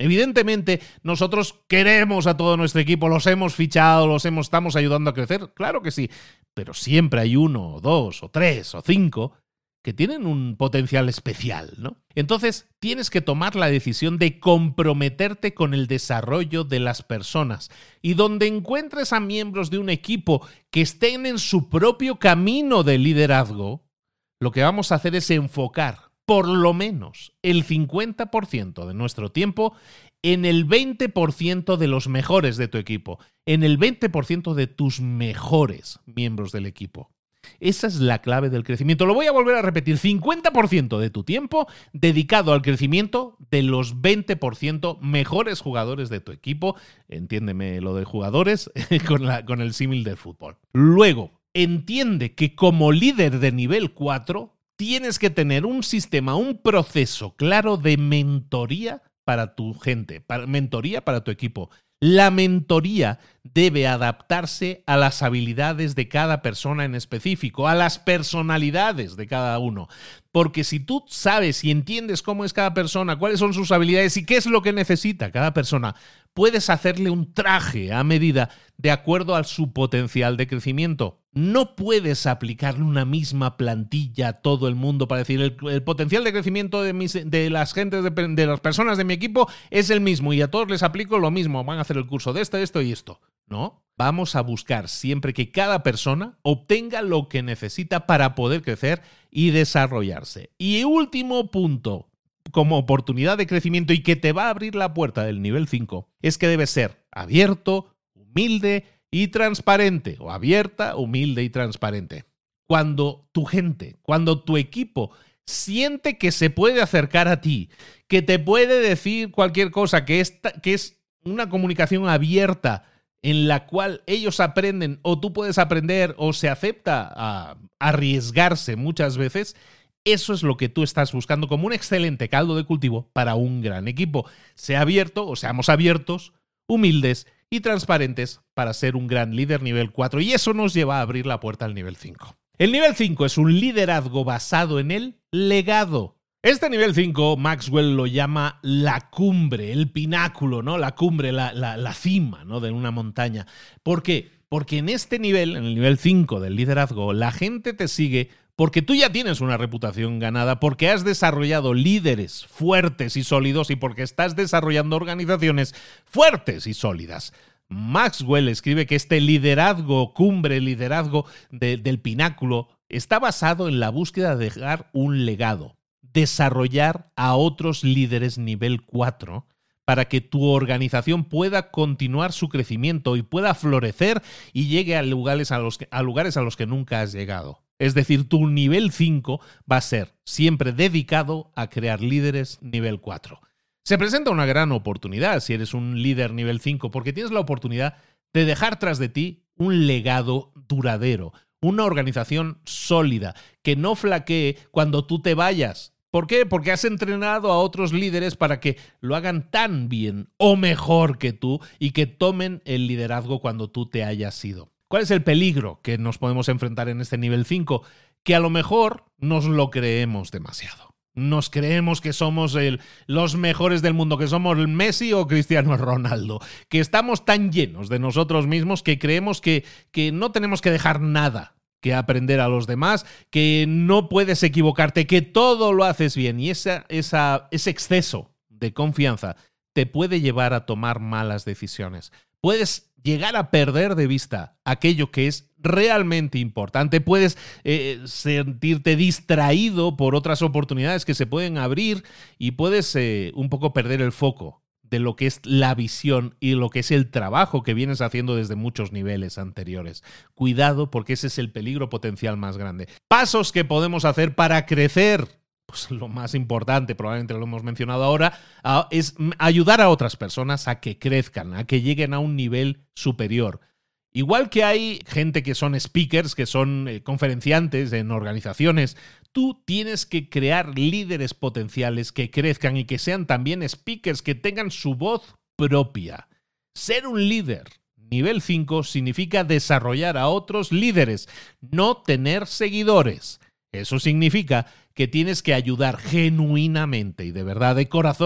Evidentemente, nosotros queremos a todo nuestro equipo, los hemos fichado, los hemos, estamos ayudando a crecer, claro que sí, pero siempre hay uno, o dos, o tres, o cinco que tienen un potencial especial, ¿no? Entonces, tienes que tomar la decisión de comprometerte con el desarrollo de las personas. Y donde encuentres a miembros de un equipo que estén en su propio camino de liderazgo, lo que vamos a hacer es enfocar por lo menos el cincuenta por ciento de nuestro tiempo en el veinte por ciento de los mejores de tu equipo, en el veinte por ciento de tus mejores miembros del equipo. Esa es la clave del crecimiento. Lo voy a volver a repetir. cincuenta por ciento de tu tiempo dedicado al crecimiento de los veinte por ciento mejores jugadores de tu equipo. Entiéndeme lo de jugadores con, la, con el símil del fútbol. Luego, entiende que como líder de nivel cuatro tienes que tener un sistema, un proceso claro de mentoría para tu gente, para, mentoría para tu equipo. La mentoría debe adaptarse a las habilidades de cada persona en específico, a las personalidades de cada uno. Porque si tú sabes y entiendes cómo es cada persona, cuáles son sus habilidades y qué es lo que necesita cada persona, puedes hacerle un traje a medida de acuerdo a su potencial de crecimiento. No puedes aplicarle una misma plantilla a todo el mundo para decir el, el potencial de crecimiento de, mis, de las gentes, de, de las personas de mi equipo es el mismo y a todos les aplico lo mismo. Van a hacer el curso de esto, esto y esto. No, vamos a buscar siempre que cada persona obtenga lo que necesita para poder crecer y desarrollarse. Y último punto, como oportunidad de crecimiento y que te va a abrir la puerta del nivel cinco, es que debes ser abierto, humilde y transparente, o abierta, humilde y transparente. Cuando tu gente, cuando tu equipo siente que se puede acercar a ti, que te puede decir cualquier cosa, que es, que es una comunicación abierta en la cual ellos aprenden o tú puedes aprender o se acepta a arriesgarse muchas veces, eso es lo que tú estás buscando como un excelente caldo de cultivo para un gran equipo. Sea abierto o seamos abiertos, humildes y transparentes para ser un gran líder nivel cuatro. Y eso nos lleva a abrir la puerta al nivel cinco. El nivel cinco es un liderazgo basado en el legado. Este nivel cinco, Maxwell lo llama la cumbre, el pináculo, ¿no? La cumbre, la, la, la cima, ¿no? De una montaña. ¿Por qué? Porque en este nivel, en el nivel cinco del liderazgo, la gente te sigue porque tú ya tienes una reputación ganada, porque has desarrollado líderes fuertes y sólidos y porque estás desarrollando organizaciones fuertes y sólidas. Maxwell escribe que este liderazgo, cumbre, liderazgo de, del pináculo, está basado en la búsqueda de dejar un legado, desarrollar a otros líderes nivel cuatro para que tu organización pueda continuar su crecimiento y pueda florecer y llegue a lugares a los que, a lugares a los que nunca has llegado. Es decir, tu nivel cinco va a ser siempre dedicado a crear líderes nivel cuatro. Se presenta una gran oportunidad si eres un líder nivel cinco, porque tienes la oportunidad de dejar tras de ti un legado duradero, una organización sólida, que no flaquee cuando tú te vayas. ¿Por qué? Porque has entrenado a otros líderes para que lo hagan tan bien o mejor que tú y que tomen el liderazgo cuando tú te hayas ido. ¿Cuál es el peligro que nos podemos enfrentar en este nivel cinco? Que a lo mejor nos lo creemos demasiado. Nos creemos que somos el, los mejores del mundo, que somos el Messi o Cristiano Ronaldo, que estamos tan llenos de nosotros mismos que creemos que, que no tenemos que dejar nada que aprender a los demás, que no puedes equivocarte, que todo lo haces bien. Y esa, esa, ese exceso de confianza te puede llevar a tomar malas decisiones. Puedes llegar a perder de vista aquello que es realmente importante. Puedes eh, sentirte distraído por otras oportunidades que se pueden abrir y puedes eh, un poco perder el foco de lo que es la visión y lo que es el trabajo que vienes haciendo desde muchos niveles anteriores. Cuidado, porque ese es el peligro potencial más grande. Pasos que podemos hacer para crecer. Pues lo más importante, probablemente lo hemos mencionado ahora, es ayudar a otras personas a que crezcan, a que lleguen a un nivel superior. Igual que hay gente que son speakers, que son eh, conferenciantes en organizaciones, tú tienes que crear líderes potenciales que crezcan y que sean también speakers, que tengan su voz propia. Ser un líder nivel cinco significa desarrollar a otros líderes, no tener seguidores. Eso significa que tienes que ayudar genuinamente y de verdad de corazón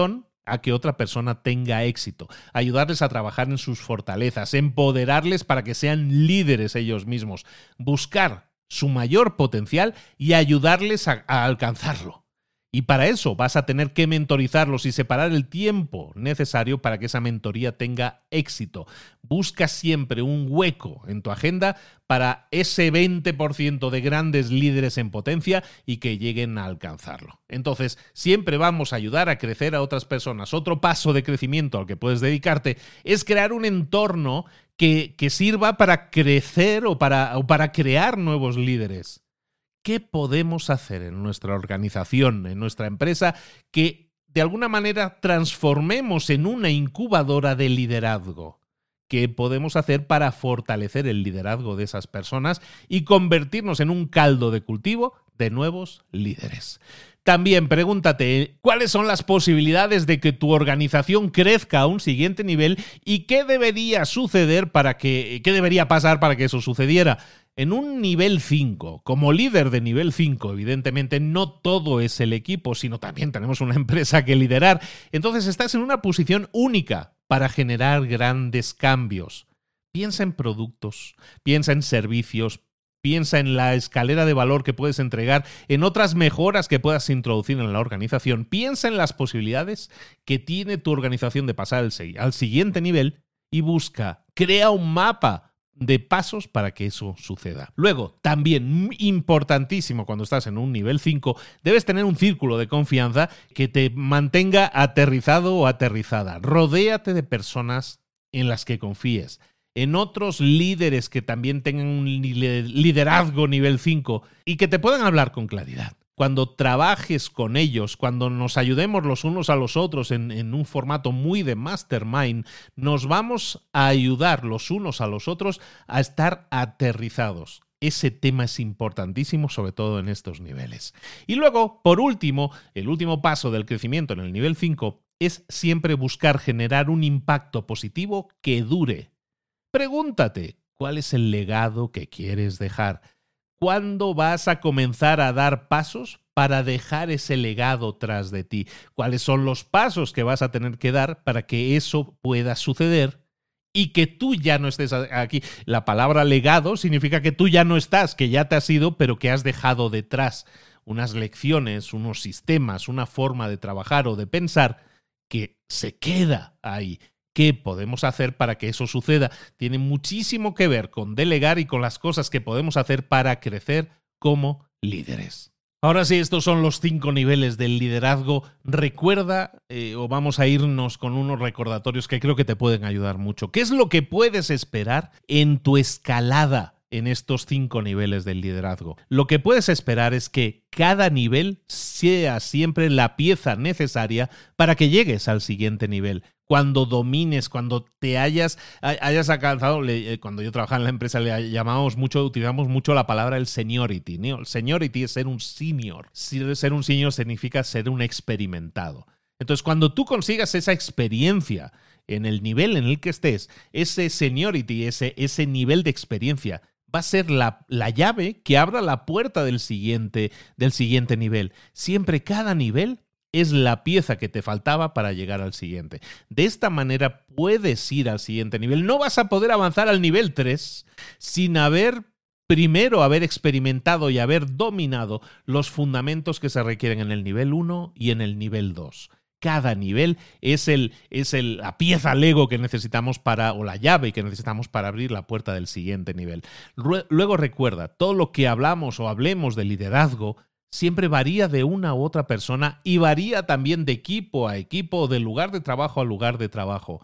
a que otra persona tenga éxito, ayudarles a trabajar en sus fortalezas, empoderarles para que sean líderes ellos mismos, buscar su mayor potencial y ayudarles a, a alcanzarlo. Y para eso vas a tener que mentorizarlos y separar el tiempo necesario para que esa mentoría tenga éxito. Busca siempre un hueco en tu agenda para ese veinte por ciento de grandes líderes en potencia y que lleguen a alcanzarlo. Entonces, siempre vamos a ayudar a crecer a otras personas. Otro paso de crecimiento al que puedes dedicarte es crear un entorno que, que sirva para crecer o para, o para crear nuevos líderes. ¿Qué podemos hacer en nuestra organización, en nuestra empresa, que de alguna manera transformemos en una incubadora de liderazgo? ¿Qué podemos hacer para fortalecer el liderazgo de esas personas y convertirnos en un caldo de cultivo de nuevos líderes? También pregúntate cuáles son las posibilidades de que tu organización crezca a un siguiente nivel y qué debería suceder para que, qué debería pasar para que eso sucediera. En un nivel cinco, como líder de nivel cinco, evidentemente no todo es el equipo, sino también tenemos una empresa que liderar. Entonces estás en una posición única para generar grandes cambios. Piensa en productos, piensa en servicios, piensa en la escalera de valor que puedes entregar, en otras mejoras que puedas introducir en la organización. Piensa en las posibilidades que tiene tu organización de pasar al, al siguiente nivel y busca, crea un mapa de pasos para que eso suceda. Luego, también importantísimo cuando estás en un nivel cinco, debes tener un círculo de confianza que te mantenga aterrizado o aterrizada. Rodéate de personas en las que confíes, en otros líderes que también tengan un liderazgo nivel cinco y que te puedan hablar con claridad. Cuando trabajes con ellos, cuando nos ayudemos los unos a los otros en, en un formato muy de mastermind, nos vamos a ayudar los unos a los otros a estar aterrizados. Ese tema es importantísimo, sobre todo en estos niveles. Y luego, por último, el último paso del crecimiento en el nivel cinco es siempre buscar generar un impacto positivo que dure. Pregúntate, ¿cuál es el legado que quieres dejar? ¿Cuándo vas a comenzar a dar pasos para dejar ese legado tras de ti? ¿Cuáles son los pasos que vas a tener que dar para que eso pueda suceder y que tú ya no estés aquí? La palabra legado significa que tú ya no estás, que ya te has ido, pero que has dejado detrás unas lecciones, unos sistemas, una forma de trabajar o de pensar que se queda ahí. ¿Qué podemos hacer para que eso suceda? Tiene muchísimo que ver con delegar y con las cosas que podemos hacer para crecer como líderes. Ahora sí, estos son los cinco niveles del liderazgo. Recuerda, eh, o vamos a irnos con unos recordatorios que creo que te pueden ayudar mucho. ¿Qué es lo que puedes esperar en tu escalada en estos cinco niveles del liderazgo? Lo que puedes esperar es que cada nivel sea siempre la pieza necesaria para que llegues al siguiente nivel. Cuando domines, cuando te hayas, hayas alcanzado, cuando yo trabajaba en la empresa le llamábamos mucho, utilizamos mucho la palabra el seniority, ¿no? El seniority es ser un senior. Ser un senior significa ser un experimentado. Entonces, cuando tú consigas esa experiencia en el nivel en el que estés, ese seniority, ese, ese nivel de experiencia, va a ser la, la llave que abra la puerta del siguiente, del siguiente nivel. Siempre cada nivel es la pieza que te faltaba para llegar al siguiente. De esta manera puedes ir al siguiente nivel. No vas a poder avanzar al nivel tres sin haber primero haber experimentado y haber dominado los fundamentos que se requieren en el nivel uno y en el nivel dos. Cada nivel es, el, es el, la pieza Lego que necesitamos para, o la llave que necesitamos para abrir la puerta del siguiente nivel. Luego recuerda, todo lo que hablamos o hablemos de liderazgo siempre varía de una u otra persona y varía también de equipo a equipo o de lugar de trabajo a lugar de trabajo.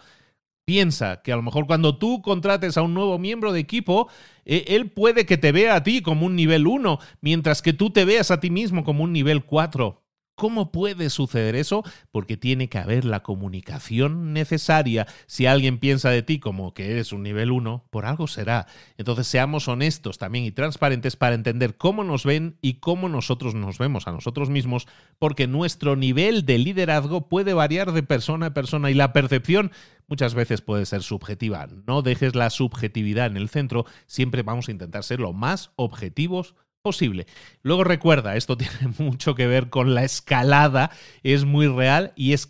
Piensa que a lo mejor cuando tú contrates a un nuevo miembro de equipo, eh, él puede que te vea a ti como un nivel uno, mientras que tú te veas a ti mismo como un nivel cuatro. ¿Cómo puede suceder eso? Porque tiene que haber la comunicación necesaria. Si alguien piensa de ti como que eres un nivel uno, por algo será. Entonces seamos honestos también y transparentes para entender cómo nos ven y cómo nosotros nos vemos a nosotros mismos, porque nuestro nivel de liderazgo puede variar de persona a persona y la percepción muchas veces puede ser subjetiva. No dejes la subjetividad en el centro, siempre vamos a intentar ser lo más objetivos posible. Luego recuerda, esto tiene mucho que ver con la escalada, es muy real y es que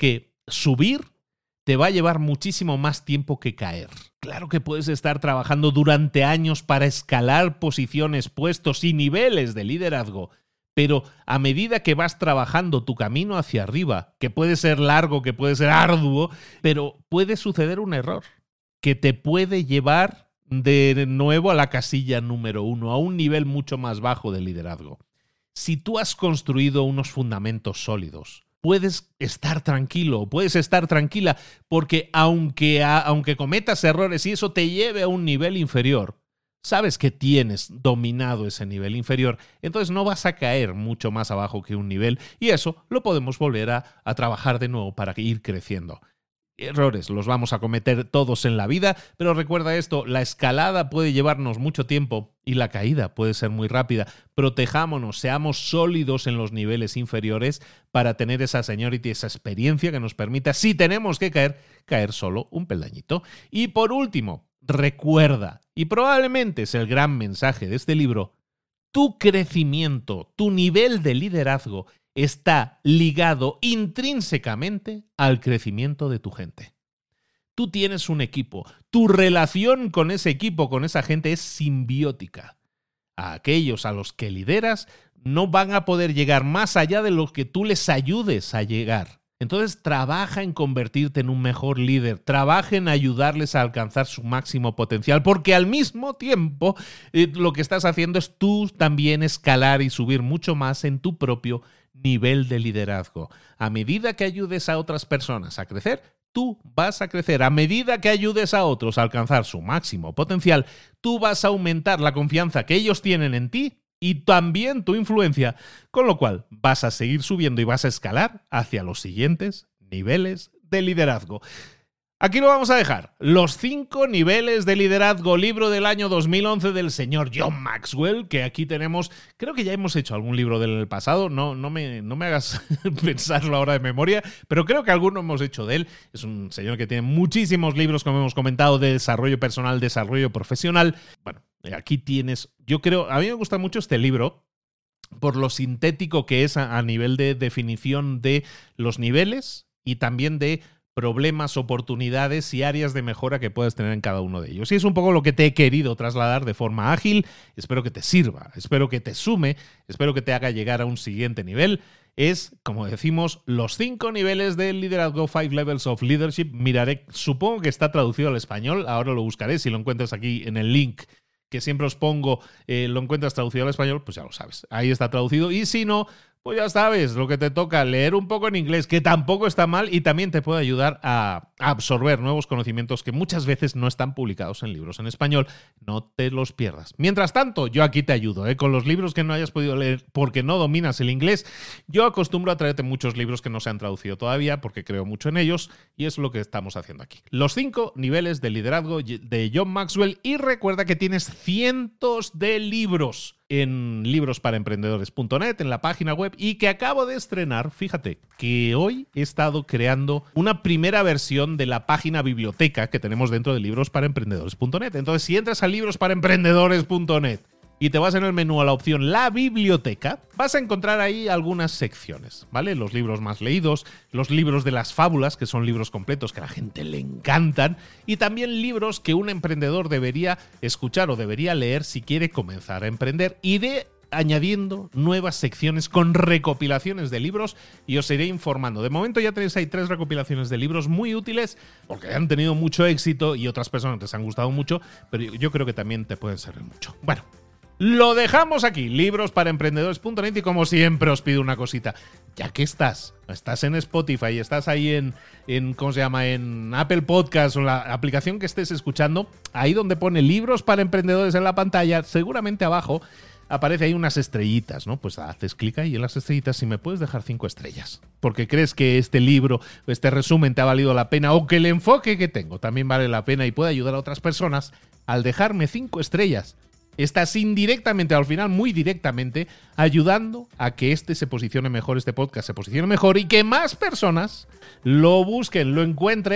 subir te va a llevar muchísimo más tiempo que caer. Claro que puedes estar trabajando durante años para escalar posiciones, puestos y niveles de liderazgo, pero a medida que vas trabajando tu camino hacia arriba, que puede ser largo, que puede ser arduo, pero puede suceder un error que te puede llevar de nuevo a la casilla número uno, a un nivel mucho más bajo de liderazgo. Si tú has construido unos fundamentos sólidos, puedes estar tranquilo, puedes estar tranquila, porque aunque, aunque cometas errores y eso te lleve a un nivel inferior, sabes que tienes dominado ese nivel inferior, entonces no vas a caer mucho más abajo que un nivel y eso lo podemos volver a, a trabajar de nuevo para ir creciendo. Errores los vamos a cometer todos en la vida, pero recuerda esto, la escalada puede llevarnos mucho tiempo y la caída puede ser muy rápida. Protejámonos, seamos sólidos en los niveles inferiores para tener esa seniority, esa experiencia que nos permita, si tenemos que caer, caer solo un peldañito. Y por último, recuerda, y probablemente es el gran mensaje de este libro, tu crecimiento, tu nivel de liderazgo está ligado intrínsecamente al crecimiento de tu gente. Tú tienes un equipo, tu relación con ese equipo, con esa gente es simbiótica. A aquellos a los que lideras no van a poder llegar más allá de lo que tú les ayudes a llegar. Entonces trabaja en convertirte en un mejor líder, trabaja en ayudarles a alcanzar su máximo potencial, porque al mismo tiempo eh, lo que estás haciendo es tú también escalar y subir mucho más en tu propio nivel de liderazgo. A medida que ayudes a otras personas a crecer, tú vas a crecer. A medida que ayudes a otros a alcanzar su máximo potencial, tú vas a aumentar la confianza que ellos tienen en ti y también tu influencia, con lo cual vas a seguir subiendo y vas a escalar hacia los siguientes niveles de liderazgo. Aquí lo vamos a dejar. Los cinco niveles de liderazgo, libro del año dos mil once del señor John Maxwell, que aquí tenemos, creo que ya hemos hecho algún libro del pasado, no, no, me, no me hagas pensarlo ahora de memoria, pero creo que alguno hemos hecho de él. Es un señor que tiene muchísimos libros, como hemos comentado, de desarrollo personal, desarrollo profesional. Bueno, aquí tienes, yo creo, a mí me gusta mucho este libro, por lo sintético que es a, a nivel de definición de los niveles y también de problemas, oportunidades y áreas de mejora que puedes tener en cada uno de ellos. Y es un poco lo que te he querido trasladar de forma ágil. Espero que te sirva, espero que te sume, espero que te haga llegar a un siguiente nivel. Es, como decimos, los cinco niveles del liderazgo, Five Levels of Leadership. Miraré, supongo que está traducido al español, ahora lo buscaré, si lo encuentras aquí en el link que siempre os pongo, eh, lo encuentras traducido al español, pues ya lo sabes, ahí está traducido. Y si no, pues ya sabes, lo que te toca, leer un poco en inglés, que tampoco está mal y también te puede ayudar a absorber nuevos conocimientos que muchas veces no están publicados en libros en español. No te los pierdas. Mientras tanto, yo aquí te ayudo, ¿eh? Con los libros que no hayas podido leer porque no dominas el inglés. Yo acostumbro a traerte muchos libros que no se han traducido todavía porque creo mucho en ellos y es lo que estamos haciendo aquí. Los cinco niveles de liderazgo de John Maxwell, y recuerda que tienes cientos de libros en libros para emprendedores punto net, en la página web, y que acabo de estrenar. Fíjate que hoy he estado creando una primera versión de la página biblioteca que tenemos dentro de libros para emprendedores punto net. Entonces, si entras a libros para emprendedores punto net y te vas en el menú a la opción La Biblioteca, vas a encontrar ahí algunas secciones, ¿vale? Los libros más leídos, los libros de las fábulas, que son libros completos que a la gente le encantan, y también libros que un emprendedor debería escuchar o debería leer si quiere comenzar a emprender. Iré añadiendo nuevas secciones con recopilaciones de libros y os iré informando. De momento ya tenéis ahí tres recopilaciones de libros muy útiles porque han tenido mucho éxito y otras personas les han gustado mucho, pero yo creo que también te pueden servir mucho. Bueno, lo dejamos aquí, libros para emprendedores punto net, y como siempre os pido una cosita, ya que estás, estás en Spotify, estás ahí en, en ¿cómo se llama? En Apple Podcast o la aplicación que estés escuchando, ahí donde pone libros para emprendedores en la pantalla, seguramente abajo aparece ahí unas estrellitas, ¿no? Pues haces clic ahí en las estrellitas, si me puedes dejar cinco estrellas, porque crees que este libro, este resumen te ha valido la pena, o que el enfoque que tengo también vale la pena y puede ayudar a otras personas, al dejarme cinco estrellas, estás indirectamente, al final muy directamente, ayudando a que este se posicione mejor, este podcast se posicione mejor y que más personas lo busquen, lo encuentren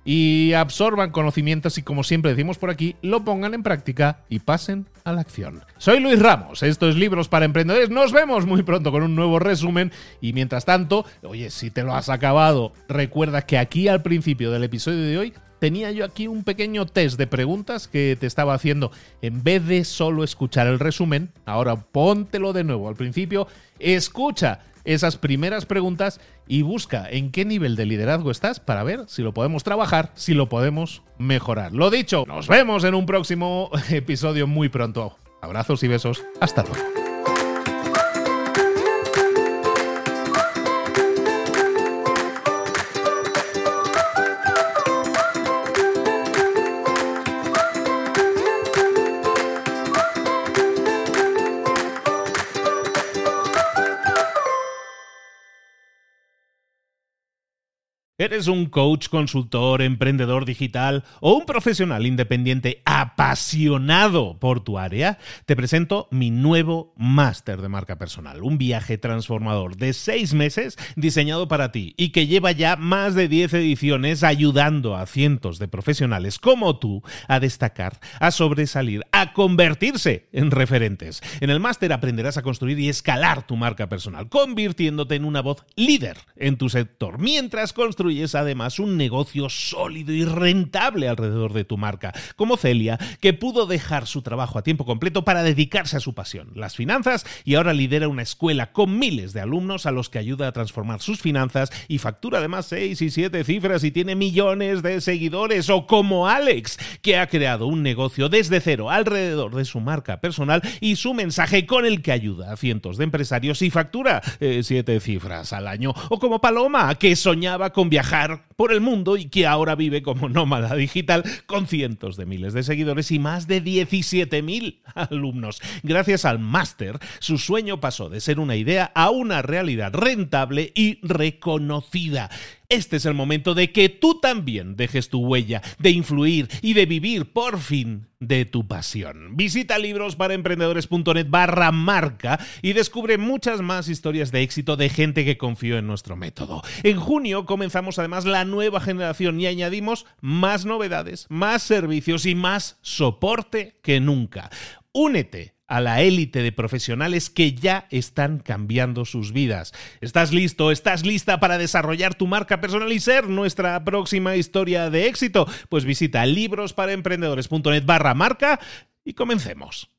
y absorban conocimientos y, como siempre decimos por aquí, lo pongan en práctica y pasen a la acción. Soy Luis Ramos, esto es Libros para Emprendedores, nos vemos muy pronto con un nuevo resumen y mientras tanto, oye, si te lo has acabado, recuerda que aquí al principio del episodio de hoy tenía yo aquí un pequeño test de preguntas que te estaba haciendo. En vez de solo escuchar el resumen, ahora póntelo de nuevo al principio, escucha esas primeras preguntas y busca en qué nivel de liderazgo estás para ver si lo podemos trabajar, si lo podemos mejorar. Lo dicho, nos vemos en un próximo episodio muy pronto. Abrazos y besos. Hasta luego. ¿Eres un coach, consultor, emprendedor digital o un profesional independiente apasionado por tu área? Te presento mi nuevo máster de marca personal, un viaje transformador de seis meses diseñado para ti y que lleva ya más de diez ediciones ayudando a cientos de profesionales como tú a destacar, a sobresalir, a convertirse en referentes. En el máster aprenderás a construir y escalar tu marca personal, convirtiéndote en una voz líder en tu sector, mientras construyes además un negocio sólido y rentable alrededor de tu marca, como Celia, que pudo dejar su trabajo a tiempo completo para dedicarse a su pasión, las finanzas, y ahora lidera una escuela con miles de alumnos a los que ayuda a transformar sus finanzas y factura además seis y siete cifras y tiene millones de seguidores, o como Alex, que ha creado un negocio desde cero alrededor de su marca personal y su mensaje con el que ayuda a cientos de empresarios y factura eh, siete cifras al año, o como Paloma, que soñaba con viajar por el mundo y que ahora vive como nómada digital con cientos de miles de seguidores y más de diecisiete mil alumnos. Gracias al máster, su sueño pasó de ser una idea a una realidad rentable y reconocida. Este es el momento de que tú también dejes tu huella, de influir y de vivir por fin de tu pasión. Visita librosparaemprendedores.net barra marca y descubre muchas más historias de éxito de gente que confió en nuestro método. En junio comenzamos además la nueva generación y añadimos más novedades, más servicios y más soporte que nunca. Únete a la élite de profesionales que ya están cambiando sus vidas. ¿Estás listo? ¿Estás lista para desarrollar tu marca personal y ser nuestra próxima historia de éxito? Pues visita librosparaemprendedores.net barra marca y comencemos.